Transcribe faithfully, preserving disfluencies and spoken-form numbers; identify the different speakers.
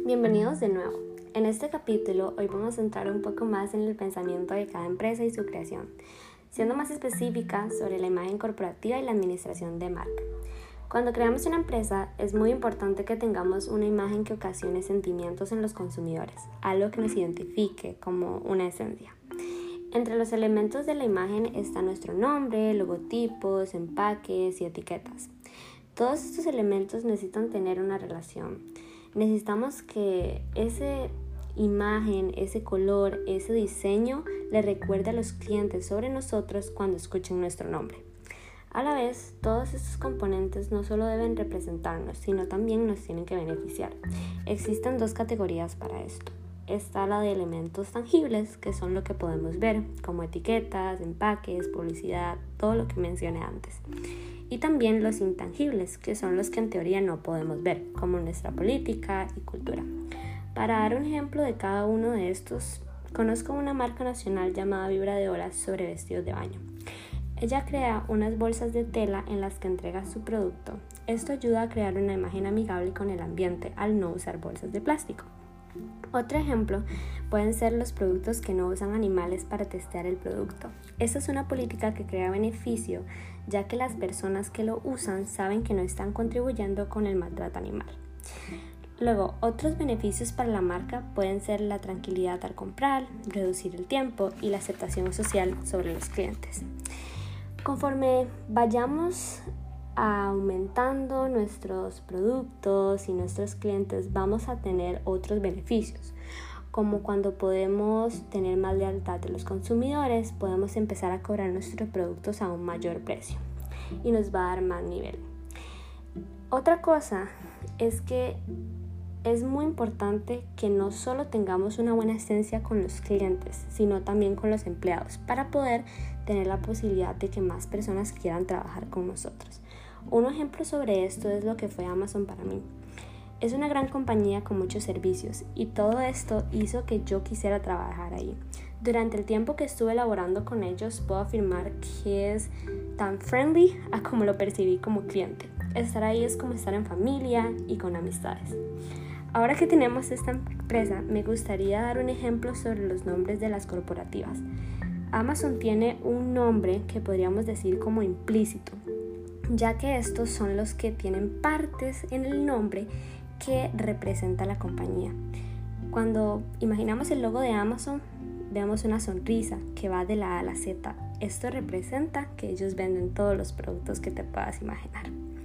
Speaker 1: Bienvenidos de nuevo. En este capítulo hoy vamos a entrar un poco más en el pensamiento de cada empresa y su creación, siendo más específica sobre la imagen corporativa y la administración de marca. Cuando creamos una empresa es muy importante que tengamos una imagen que ocasione sentimientos en los consumidores, algo que nos identifique como una esencia. Entre los elementos de la imagen está nuestro nombre, logotipos, empaques y etiquetas. Todos estos elementos necesitan tener una relación. Necesitamos que esa imagen, ese color, ese diseño le recuerde a los clientes sobre nosotros cuando escuchen nuestro nombre. A la vez, todos estos componentes no solo deben representarnos, sino también nos tienen que beneficiar. Existen dos categorías para esto. Está la de elementos tangibles, que son lo que podemos ver, como etiquetas, empaques, publicidad, todo lo que mencioné antes. Y también los intangibles, que son los que en teoría no podemos ver, como nuestra política y cultura. Para dar un ejemplo de cada uno de estos, conozco una marca nacional llamada Vibra de Olas sobre vestidos de baño. Ella crea unas bolsas de tela en las que entrega su producto. Esto ayuda a crear una imagen amigable con el ambiente al no usar bolsas de plástico. Otro ejemplo pueden ser los productos que no usan animales para testear el producto. Esta es una política que crea beneficio, ya que las personas que lo usan saben que no están contribuyendo con el maltrato animal. Luego, otros beneficios para la marca pueden ser la tranquilidad al comprar, reducir el tiempo y la aceptación social sobre los clientes. Conforme vayamos aumentando nuestros productos y nuestros clientes, vamos a tener otros beneficios, como cuando podemos tener más lealtad de los consumidores, podemos empezar a cobrar nuestros productos a un mayor precio y nos va a dar más nivel. Otra cosa es que es muy importante que no solo tengamos una buena esencia con los clientes, sino también con los empleados, para poder tener la posibilidad de que más personas quieran trabajar con nosotros. Un ejemplo sobre esto es lo que fue Amazon para mí. Es una gran compañía con muchos servicios y todo esto hizo que yo quisiera trabajar ahí. Durante el tiempo que estuve laborando con ellos, puedo afirmar que es tan friendly a como lo percibí como cliente. Estar ahí es como estar en familia y con amistades. Ahora que tenemos esta empresa, me gustaría dar un ejemplo sobre los nombres de las corporativas. Amazon tiene un nombre que podríamos decir como implícito, ya que estos son los que tienen partes en el nombre que representa la compañía. Cuando imaginamos el logo de Amazon, vemos una sonrisa que va de la A a la Z. Esto representa que ellos venden todos los productos que te puedas imaginar.